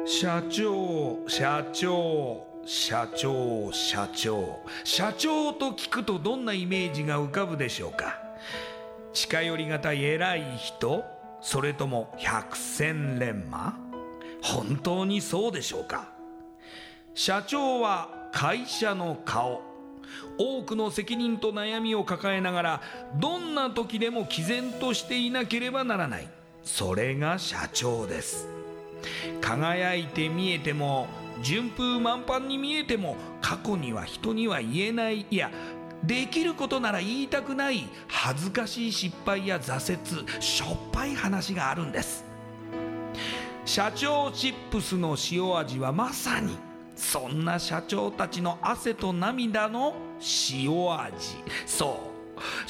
社長、社長、社長、社長、社長と聞くとどんなイメージが浮かぶでしょうか。近寄りがたい偉い人、それとも百戦錬磨。本当にそうでしょうか。社長は会社の顔。多くの責任と悩みを抱えながら、どんな時でも毅然としていなければならない。それが社長です。輝いて見えても、順風満帆に見えても、過去には人には言えない、いやできることなら言いたくない恥ずかしい失敗や挫折、しょっぱい話があるんです。社長チップスの塩味はまさにそんな社長たちの汗と涙の塩味。そう、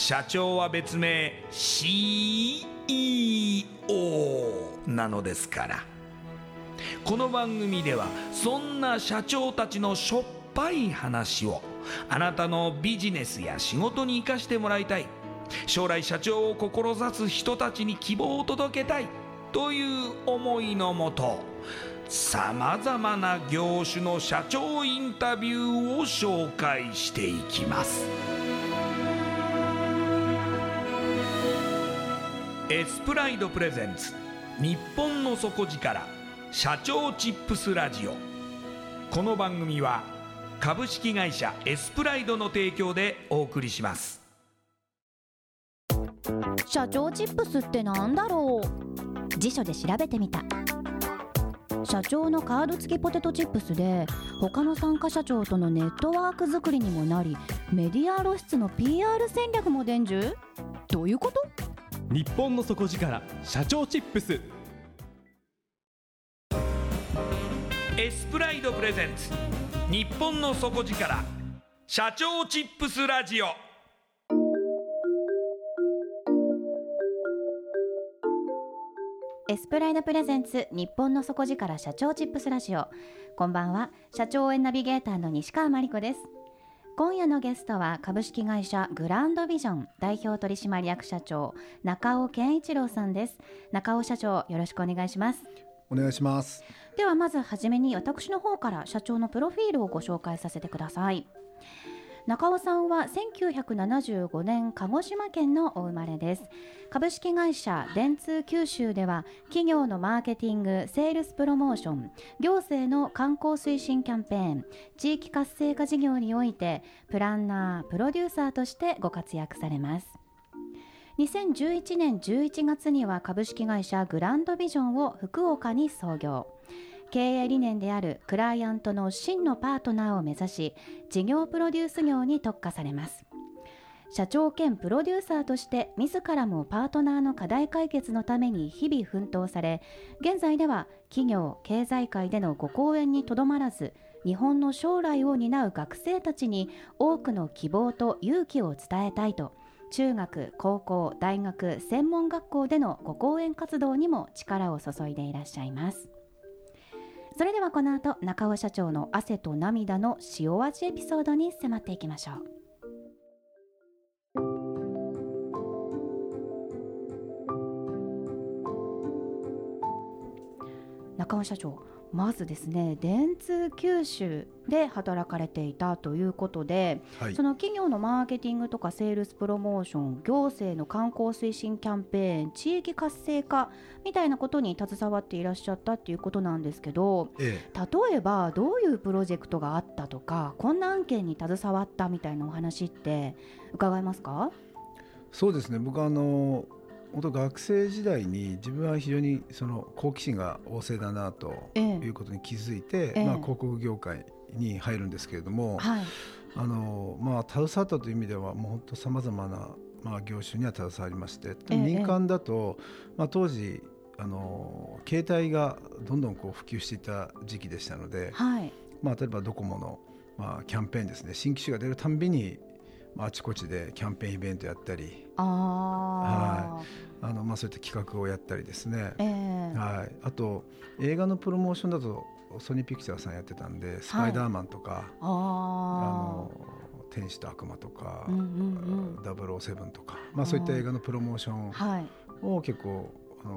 社長は別名 CEO なのですから。この番組ではそんな社長たちのしょっぱい話をあなたのビジネスや仕事に生かしてもらいたい、将来社長を志す人たちに希望を届けたいという思いのもと、さまざまな業種の社長インタビューを紹介していきます。エスプライドプレゼンツ、日本の底力社長チップスラジオ。この番組は株式会社エスプライドの提供でお送りします。 社長チップスってなんだろう。辞書で調べてみた。社長のカード付きポテトチップスで、他の参加社長とのネットワーク作りにもなり、メディア露出の PR 戦略も伝授。どういうこと？ 日本の底力社長チップス。 エスプライドプレゼンツ、日本の底力社長チップスラジオ。 エスプライドプレゼンツ日本の底力社長チップスラジオ。こんばんは、社長応援ナビゲーターの西川真理子です。今夜のゲストは株式会社グランドビジョン代表取締役社長中尾健一郎さんです。中尾社長、よろしくお願いします。 お願いします。 ではまずはじめに私の方から社長のプロフィールをご紹介させてください。中尾さんは1975年鹿児島県のお生まれです。株式会社電通九州では企業のマーケティング、セールスプロモーション、行政の観光推進キャンペーン、地域活性化事業においてプランナー、プロデューサーとしてご活躍されます。2011年11月には株式会社グランドビジョンを福岡に創業。経営理念であるクライアントの真のパートナーを目指し、事業プロデュース業に特化されます。社長兼プロデューサーとして自らもパートナーの課題解決のために日々奮闘され、現在では企業経済界でのご講演にとどまらず、日本の将来を担う学生たちに多くの希望と勇気を伝えたいと、中学、高校、大学、専門学校でのご講演活動にも力を注いでいらっしゃいます。それではこの後、中尾社長の汗と涙の塩味エピソードに迫っていきましょう。中尾社長、まずですね、電通九州で働かれていたということで、はい、その企業のマーケティングとかセールスプロモーション、行政の観光推進キャンペーン、地域活性化みたいなことに携わっていらっしゃったっていうことなんですけど、例えばどういうプロジェクトがあったとか、こんな案件に携わったみたいなお話って伺えますか？ そうですね、僕は本当学生時代に自分は非常にその好奇心が旺盛だなということに気づいて、広告業界に入るんですけれども、はい、携わったという意味ではもう本当さまざまな、業種には携わりまして、民間だと、当時携帯がどんどん普及していた時期でしたので、はい、例えばドコモの、キャンペーンですね、新機種が出るたんびにあちこちでキャンペーンイベントやったり、はい、そういった企画をやったりですね、はい、あと映画のプロモーションだとソニーピクチャーさんやってたんで、スパイダーマンとか、天使と悪魔とか、007とか、そういった映画のプロモーションを結構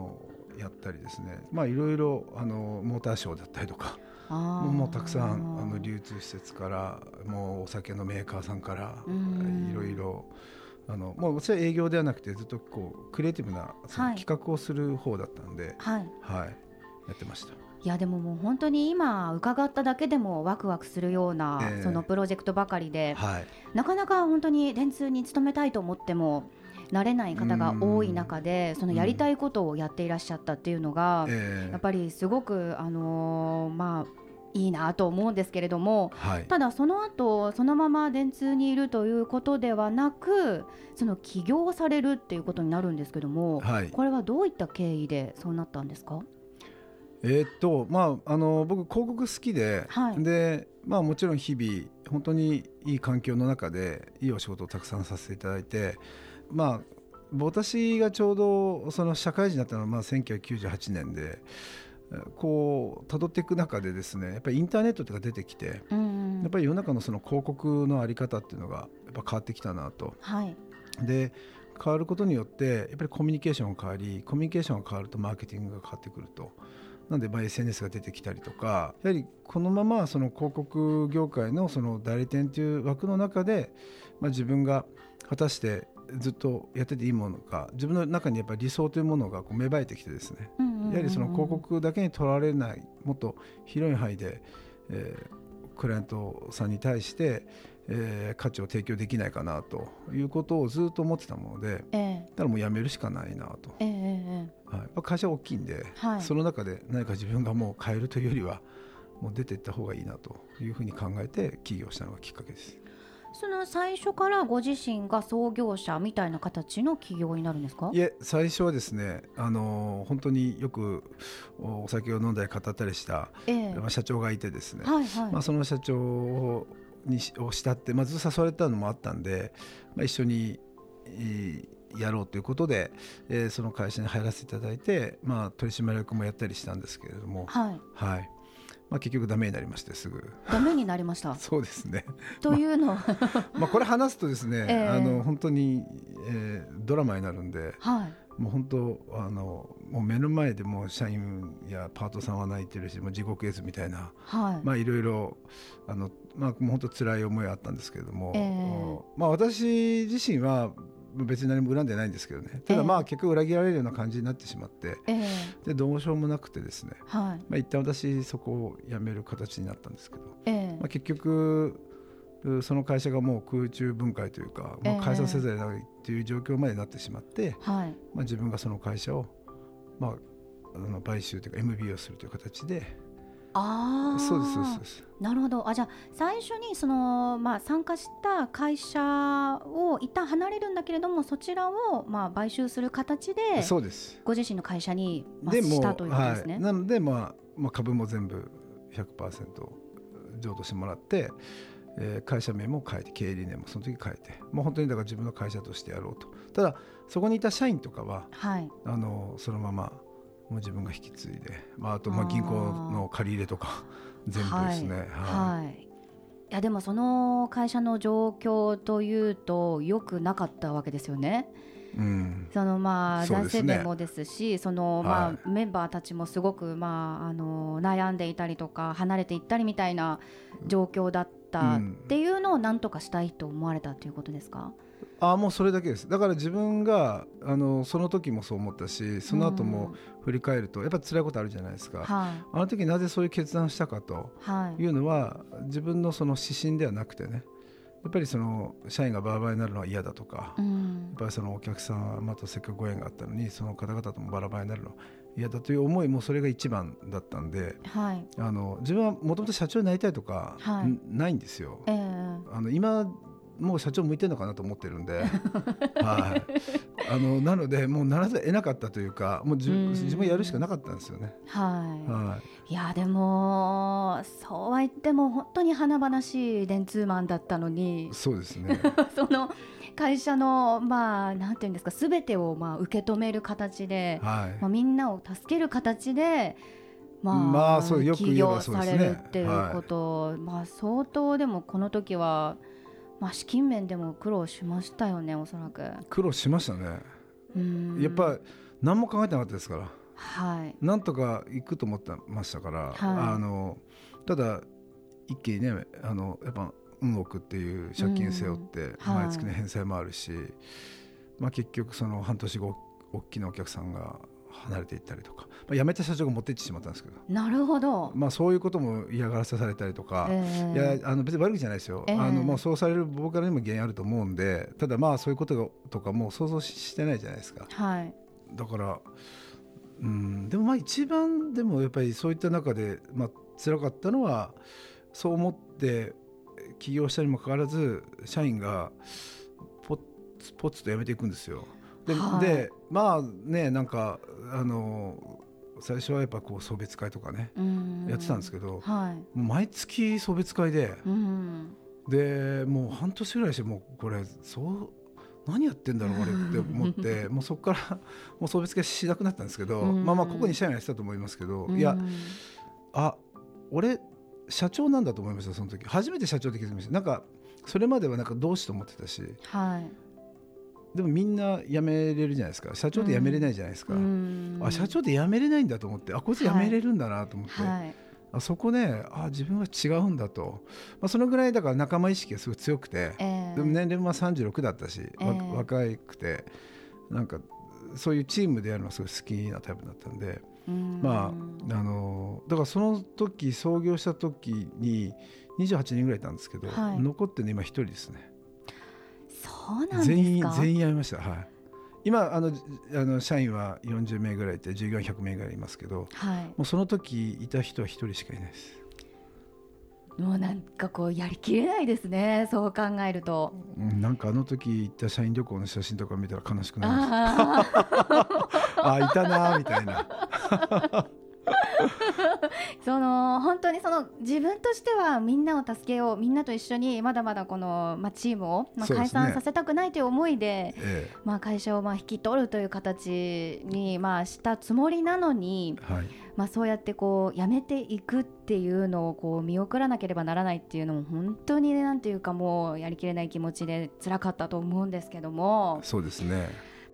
やったりですね、いろいろモーターショーだったりとか、もうたくさん流通施設からもうお酒のメーカーさんからいろいろもう私は営業ではなくてずっとこうクリエイティブな企画をする方だったんで、やってました。 いやでももう本当に今伺っただけでもワクワクするようなそのプロジェクトばかりで、なかなか本当に電通に勤めたいと思ってもなれない方が多い中で、そのやりたいことをやっていらっしゃったっていうのが、やっぱりすごくいいなと思うんですけれども、ただその後そのまま電通にいるということではなく、その起業されるっていうことになるんですけども、これはどういった経緯でそうなったんですか？ 僕広告好きで、でもちろん日々本当にいい環境の中でいいお仕事をたくさんさせていただいて、私がちょうどその社会人になったのは1998年で、こう辿っていく中でですね、やっぱりインターネットとか出てきて、やっぱり世の中のその広告のあり方っていうのがやっぱ変わってきたなと、で変わることによってやっぱりコミュニケーションが変わり、コミュニケーションが変わるとマーケティングが変わってくると、なのでSNS が出てきたりとか、やはりこのままその広告業界のその代理店という枠の中で、自分が果たしてずっとやってていいものか、自分の中にやっぱり理想というものがこう芽生えてきてですね、やはりその広告だけにとらわれない、もっと広い範囲で、クライアントさんに対して、価値を提供できないかなということをずっと思ってたもので、だからもう辞めるしかないなと、会社は大きいんで、その中で何か自分がもう変えるというよりはもう出ていった方がいいなというふうに考えて起業したのがきっかけです。 その最初からご自身が創業者みたいな形の起業になるんですか？ いえ、最初はですね、本当によくお酒を飲んだり語ったりした、社長がいてですね、その社長を慕って、ずっと誘われたのもあったんで、一緒にやろうということで、その会社に入らせていただいて、取締役もやったりしたんですけれども、結局ダメになりまして、すぐダメになりましたそうですね。 というのこれ話すとですね、本当に、ドラマになるんで、もう本当もう目の前でもう社員やパートさんは泣いてるし、もう地獄絵図みたいな、いろいろもう本当辛い思いはあったんですけれども、私自身は別に何も恨んでないんですけどね、ただ結局裏切られるような感じになってしまって、でどうしようもなくてですね、一旦私そこを辞める形になったんですけど、結局その会社がもう空中分解というか、解散せざるを得ないという状況までなってしまって、自分がその会社を、買収というか MBO するという形で。そうですそうです。 なるほど。じゃあ最初にその、参加した会社を一旦離れるんだけれども、そちらを買収する形で、そうです、ご自身の会社にしたということですね。 なので、株も全部 100% 譲渡してもらって、会社名も変えて、経営理念もその時変えて、もう本当にだから自分の会社としてやろうと。ただそこにいた社員とかは、そのままもう自分が引き継いで、あと銀行の借り入れとか全部ですね。 いやでもその会社の状況というと良くなかったわけですよね。その男性面もですし、そのメンバーたちもすごく悩んでいたりとか離れていったりみたいな状況だったっていうのを何とかしたいと思われたということですか？ もうそれだけです。だから自分がその時もそう思ったし、その後も振り返るとやっぱり辛いことあるじゃないですか。あの時なぜそういう決断をしたかというのは、自分のその指針ではなくてね、やっぱりその社員がバラバラになるのは嫌だとか、やっぱりそのお客様とせっかくご縁があったのにその方々ともバラバラになるのは嫌だという思いも、それが一番だったんで、自分はもともと社長になりたいとか、ないんですよ。今もう社長向いてるのかなと思ってるんでなのでもうならざるを得なかったというか、もう自分やるしかなかったんですよね。 いやでもそうは言っても本当に華々しい電通マンだったのに、 そうですねその会社のなんていうんですか、全てを受け止める形で、みんなを助ける形で起業されるっていうこと、相当でもこの時は資金面でも苦労しましたよね。おそらく苦労しましたね。やっぱ何も考えてなかったですから、 はい、 なんとか行くと思ってましたから、はい、ただ一気にねやっぱ運億っていう借金背負って毎月の返済もあるし、まあ、結局その半年後大きなお客さんが離れていったりとか、まあ、辞めた社長が持っていってしまったんですけど、 なるほど、 まあ、そういうことも嫌がらせされたりとか、いや別に悪口じゃないですよ、まあ、そうされる僕からにも原因あると思うんで、ただまあそういうこととかもう想像してないじゃないですか、 はい、 だからでもまあ一番でもやっぱりそういった中で、まあ、辛かったのはそう思って起業したにもかかわらず社員がポツと辞めていくんですよ。でまあねなんか最初はやっぱこう送別会とかねやってたんですけど、はい、もう毎月送別会で、でもう半年ぐらいしてもうこれ何やってんだろう俺って思ってもうそこからもう送別会しなくなったんですけど、まあここに社員はやってたと思いますけど、いや俺社長なんだと思いました。その時初めて社長って気づきました。なんかそれまではなんか同志と思ってたし、はい、でもみんな辞めれるじゃないですか。社長で辞めれないじゃないですか、社長で辞めれないんだと思って、こいつ辞めれるんだなと思って、はいはい、そこね自分は違うんだと、まあ、そのぐらいだから仲間意識がすごい強くて、でも年齢も36だったし、若くてなんかそういうチームでやるのがすごい好きなタイプだったんで、まあだからその時創業した時に28人ぐらいいたんですけど、はい、残ってね今1人ですね。 そうなんですか。全員辞めました、はい、今社員は40名ぐらいいて従業員100名ぐらいいますけど、はい、もうその時いた人は1人しかいないです。 もうなんかこうやりきれないですね、そう考えると。 なんか時行った社員旅行の写真とか見たら悲しくなりましたいたなみたいな本当に自分としてはみんなを助けよう、みんなと一緒にまだまだこの、チームを、解散させたくないという思いで、会社を引き取るという形に、したつもりなのに、はい、そうやってこう辞めていくっていうのをこう見送らなければならないっていうのも本当になんていうかもうやりきれない気持ちで辛かったと思うんですけども。 そうですね。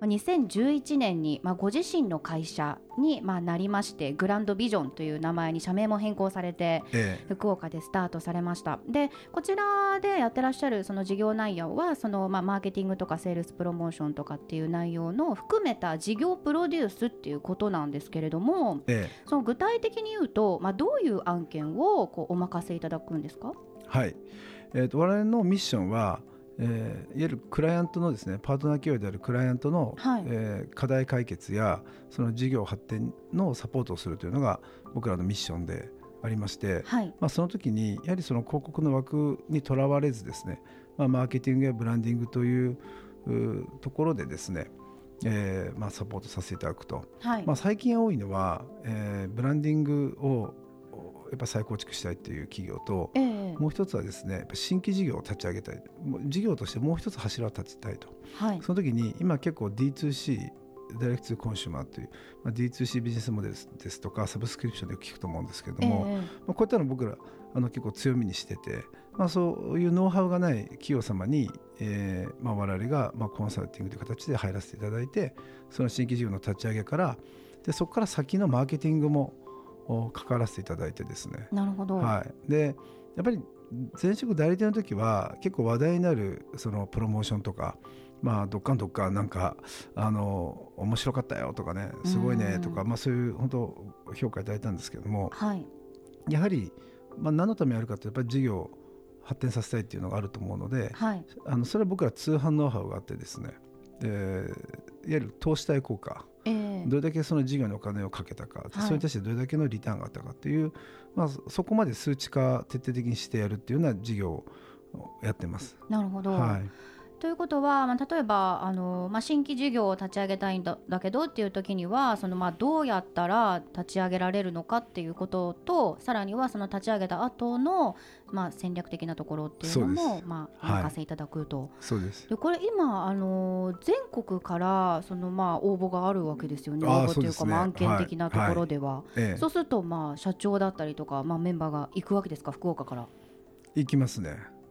2011年に、ご自身の会社に、なりまして、グランドビジョンという名前に社名も変更されて、福岡でスタートされました。でこちらでやってらっしゃるその事業内容はマーケティングとかセールスプロモーションとかっていう内容の含めた事業プロデュースっていうことなんですけれども、その具体的に言うと、どういう案件をこうお任せいただくんですか？ はい、我々のミッションはいわゆるクライアントのですね、パートナー企業であるクライアントの、はい、課題解決やその事業発展のサポートをするというのが僕らのミッションでありまして、はい、その時にやはりその広告の枠にとらわれずですね、マーケティングやブランディングというところでですね、サポートさせていただくと、はい、最近多いのは、ブランディングをやっぱ再構築したいっていう企業と、もう一つはですねやっぱ新規事業を立ち上げたい、事業としてもう一つ柱を立てたいと、はい、その時に今結構 D2C ダイレクトコンシューマーという、D2C ビジネスモデルですとかサブスクリプションでよく聞くと思うんですけども、こういったの僕ら結構強みにしてて、そういうノウハウがない企業様に、我々がコンサルティングという形で入らせていただいて、その新規事業の立ち上げからでそこから先のマーケティングも関わらせていただいてですね。 なるほど、 はい、でやっぱり前職代理店の時は結構話題になるそのプロモーションとか、どっかなんか面白かったよとかね、すごいねとか、そういう本当評価いただいたんですけども、はい、やはり、何のためにやるかってやっぱり事業を発展させたいっていうのがあると思うので、はい、それは僕ら通販ノウハウがあってですね、いわゆる投資対効果、どれだけその事業にお金をかけたか、それに対してどれだけのリターンがあったかっていう、そこまで数値化徹底的にしてやるっていうような事業をやってます。 なるほど、はい、ということは、例えば新規事業を立ち上げたいん だけどっていう時にはどうやったら立ち上げられるのかっていうことと、さらにはその立ち上げた後の、戦略的なところっていうのもお任せいただくと。 そうです。 でこれ今全国から応募があるわけですよね。応募というか案件的なところでは、そうすると社長だったりとか、メンバーが行くわけですか？福岡から行きますね。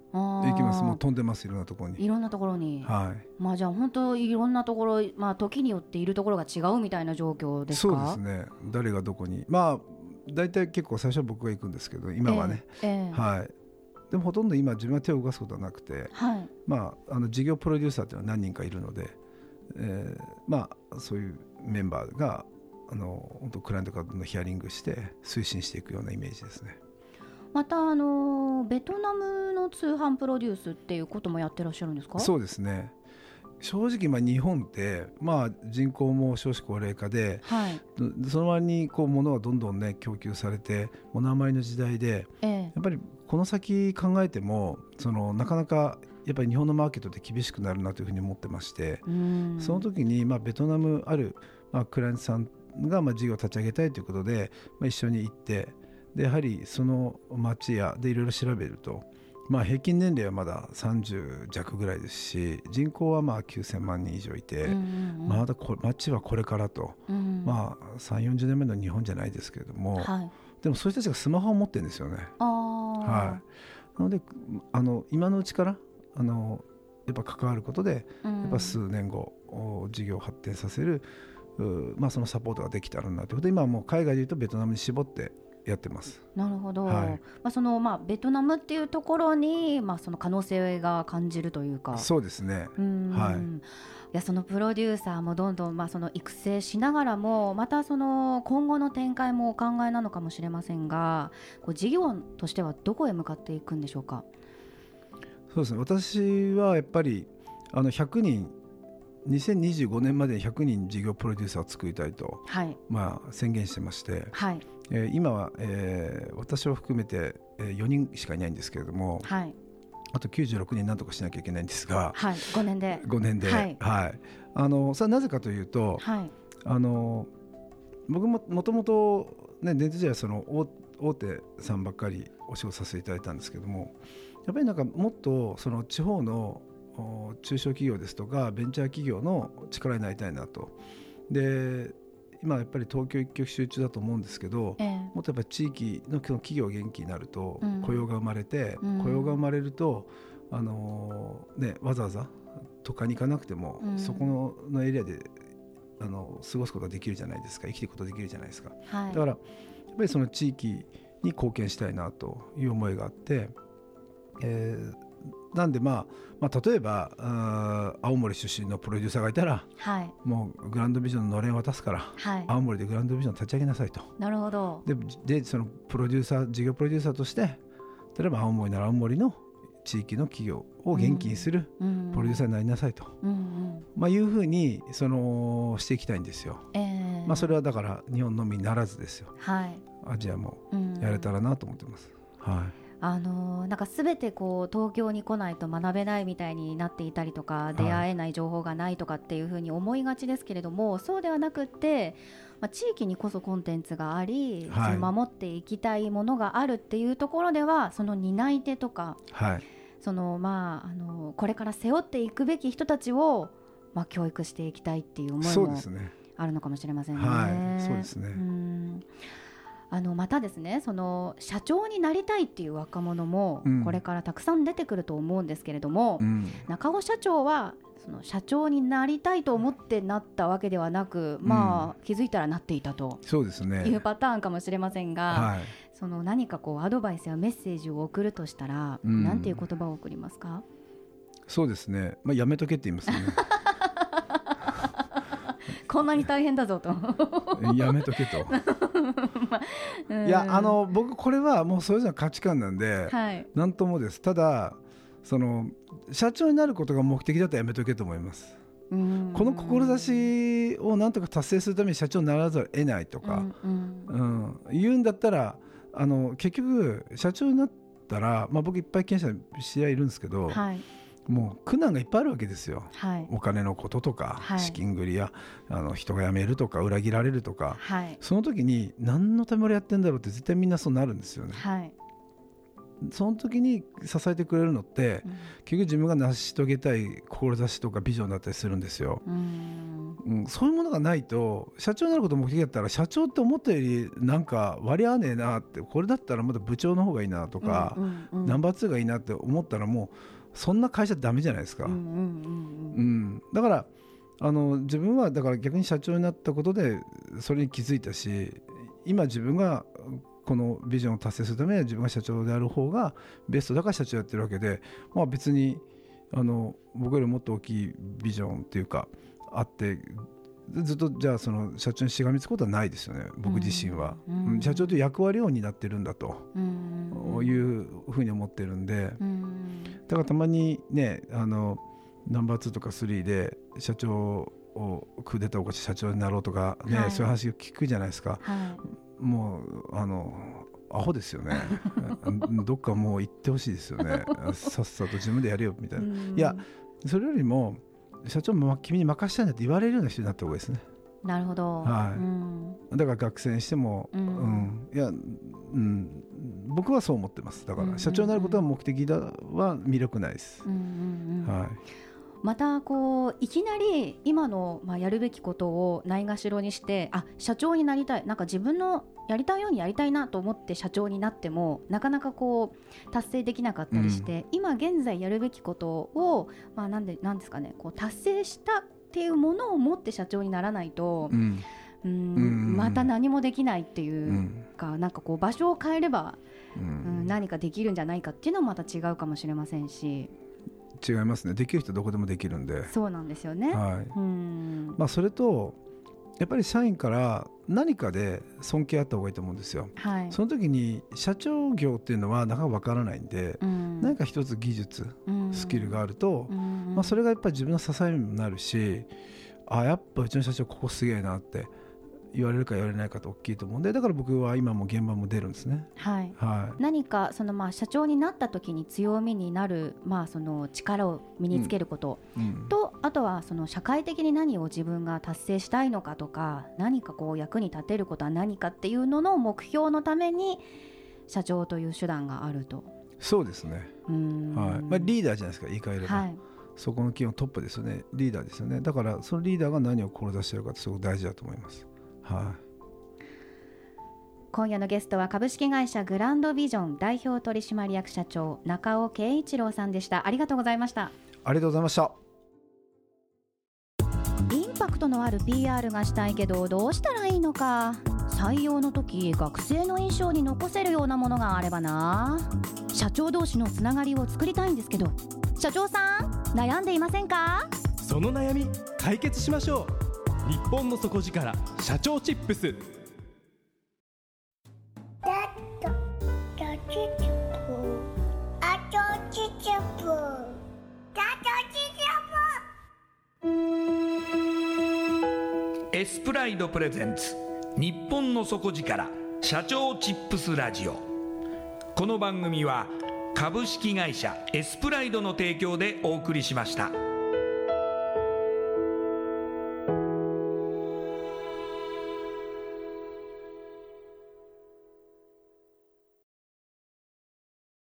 行きます。もう飛んでます。いろんなところに。 いろんなところに。 はい。 じゃあ本当いろんなところ、時によっているところが違うみたいな状況ですか？ そうですね。誰がどこに。大体結構最初は僕が行くんですけど、今はね。はい。でもほとんど今自分は手を動かすことはなくて、 はい、 事業プロデューサーっていうのは何人かいるので、そういうメンバーが本当クライアントからのヒアリングして推進していくようなイメージですね。 またベトナムの通販プロデュースっていうこともやってらっしゃるんですか？ そうですね。正直日本って、人口も少子高齢化で、はい、その割に物がどんどんね供給されて物余りの時代で、やっぱりこの先考えてもなかなかやっぱり日本のマーケットって厳しくなるなというふうに思ってまして、その時にベトナムあるクライアントさんが事業を立ち上げたいということで、一緒に行って、でやはりその町やでいろいろ調べると、平均年齢はまだ30弱ぐらいですし、人口は9000万人以上いて、まだ町はこれからと、3、40年目の日本じゃないですけれども、はい、でもそういう人たちがスマホを持ってるんですよね。はい、なので今のうちからやっぱ関わることで、やっぱ数年後事業を発展させる、そのサポートができたらなということで、今はもう海外でいうとベトナムに絞ってやってます。 なるほど、はい、ベトナムっていうところに、その可能性が感じるというか。 そうですね。 はい、そのプロデューサーもどんどんその育成しながらも、またその今後の展開もお考えなのかもしれませんが、事業としてはどこへ向かっていくんでしょうか？ そうですね。私はやっぱり100人2025年までに100人事業プロデューサーを作りたいと、はい、宣言してまして、はい、今は、私を含めて、4人しかいないんですけれども、はい、あと96人なんとかしなきゃいけないんですが、 はい、5年で、 はいはい、それはなぜかというと、はい、僕もともと電通時代は大手さんばっかりお仕事させていただいたんですけども、やっぱりもっと地方の中小企業ですとかベンチャー企業の力になりたいなと。で今やっぱり東京一極集中だと思うんですけど、もっとやっぱり地域の企業が元気になると雇用が生まれて、雇用が生まれるとわざわざ都会に行かなくても、そこのエリアで過ごすことができるじゃないですか。生きていくことができるじゃないですか、はい、だからやっぱりその地域に貢献したいなという思いがあって、なんで例えば青森出身のプロデューサーがいたら、はい、もうグランドビジョンののれんを渡すから、はい、青森でグランドビジョンを立ち上げなさいと。 なるほど。 でそのプロデューサー、事業プロデューサーとして例えば青森なら青森の地域の企業を元気にするプロデューサーになりなさいと、いうふうにしていきたいんですよ。それはだから日本のみならずですよ、はい、アジアもやれたらなと思ってます、はい。 なんか全て東京に来ないと学べないみたいになっていたりとか、出会えない情報がないとかっていうふうに思いがちですけれども、そうではなくって、地域にこそコンテンツがあり、はい、守っていきたいものがあるっていうところでは、その担い手とか、はい、これから背負っていくべき人たちを、教育していきたいっていう思いもあるのかもしれませんね。 はい、そうですね。 またですね、社長になりたいっていう若者もこれからたくさん出てくると思うんですけれども、中尾社長は社長になりたいと思ってなったわけではなく、気づいたらなっていたというパターンかもしれませんが、何かアドバイスやメッセージを送るとしたら、なんていう言葉を送りますか？ そうですね、やめとけって言いますね。 こんなに大変だぞとやめとけといや僕これはもうそれぞれの価値観なんで、はい、なんともです。ただ社長になることが目的だったらやめとけと思います。この志をなんとか達成するために社長にならざるを得ないとか、言うんだったら結局社長になったら、僕いっぱい経営者知り合いいるんですけど、はい、もう苦難がいっぱいあるわけですよ、はい、お金のこととか、はい、資金繰りや人が辞めるとか裏切られるとか、はい、その時に何のため俺やってんだろうって絶対みんなそうなるんですよね、はい、その時に支えてくれるのって、結局自分が成し遂げたい志とかビジョンだったりするんですよ。 そういうものがないと、社長になること目的だったら、社長って思ったよりなんか割り合わねえなって、これだったらまだ部長の方がいいなとか、ナンバー2がいいなって思ったら、もうそんな会社ダメじゃないですか。だから自分はだから逆に社長になったことでそれに気づいたし、今自分がこのビジョンを達成するためには自分が社長である方がベストだから社長やってるわけで、別に僕よりもっと大きいビジョンっていうかあって、ずっとじゃあその社長にしがみつくことはないですよね、僕自身は。社長という役割を担ってるんだというふうに思ってるんで、だからたまにね、ナンバー2とか3で社長をクーデターを起こして社長になろうとかね、そういう話を聞くじゃないですか。もうアホですよねどっかもう行ってほしいですよねさっさと自分でやるよみたいな。いや、それよりも社長も君に任せたいんだって言われるような人になった方がいいですね。 なるほど、 だから学生にしても、いや、僕はそう思ってます。だから社長になることは目的は魅力ないです。 またいきなり今のやるべきことをないがしろにして、社長になりたい、なんか自分のやりたいようにやりたいなと思って社長になってもなかなか達成できなかったりして、今現在やるべきことを、なんですかね、達成したっていうものを持って社長にならないと、また何もできないっていうか、なんか場所を変えれば、何かできるんじゃないかっていうのはまた違うかもしれませんし。 違いますね。できる人どこでもできるんで。 そうなんですよね。 それとやっぱり社員から何かで尊敬あった方がいいと思うんですよ。その時に社長業っていうのはなかなかわからないんで、何か一つ技術、スキルがあると、それがやっぱり自分の支えにもなるし、やっぱうちの社長ここすげえなって言われるか言われないかと大きいと思うんで、だから僕は今も現場も出るんですね。何か社長になった時に強みになる、その力を身につけること、とあとはその社会的に何を自分が達成したいのかとか、何か役に立てることは何かっていうのの目標のために社長という手段があると。 そうですね。リーダーじゃないですか、言い換えれば。そこの企業のトップですよね。リーダーですよね。だからそのリーダーが何を志しているかってすごく大事だと思います。 今夜のゲストは株式会社グランドビジョン代表取締役社長中尾圭一郎さんでした。ありがとうございました。 ありがとうございました。 インパクトのある PR がしたいけどどうしたらいいのか。採用の時学生の印象に残せるようなものがあればな。社長同士のつながりを作りたいんですけど、社長さん悩んでいませんか？ その悩み解決しましょう。日本の底力社長チップス。 エスプライドプレゼンツ日本の底力社長チップスラジオ。この番組は株式会社エスプライドの提供でお送りしました。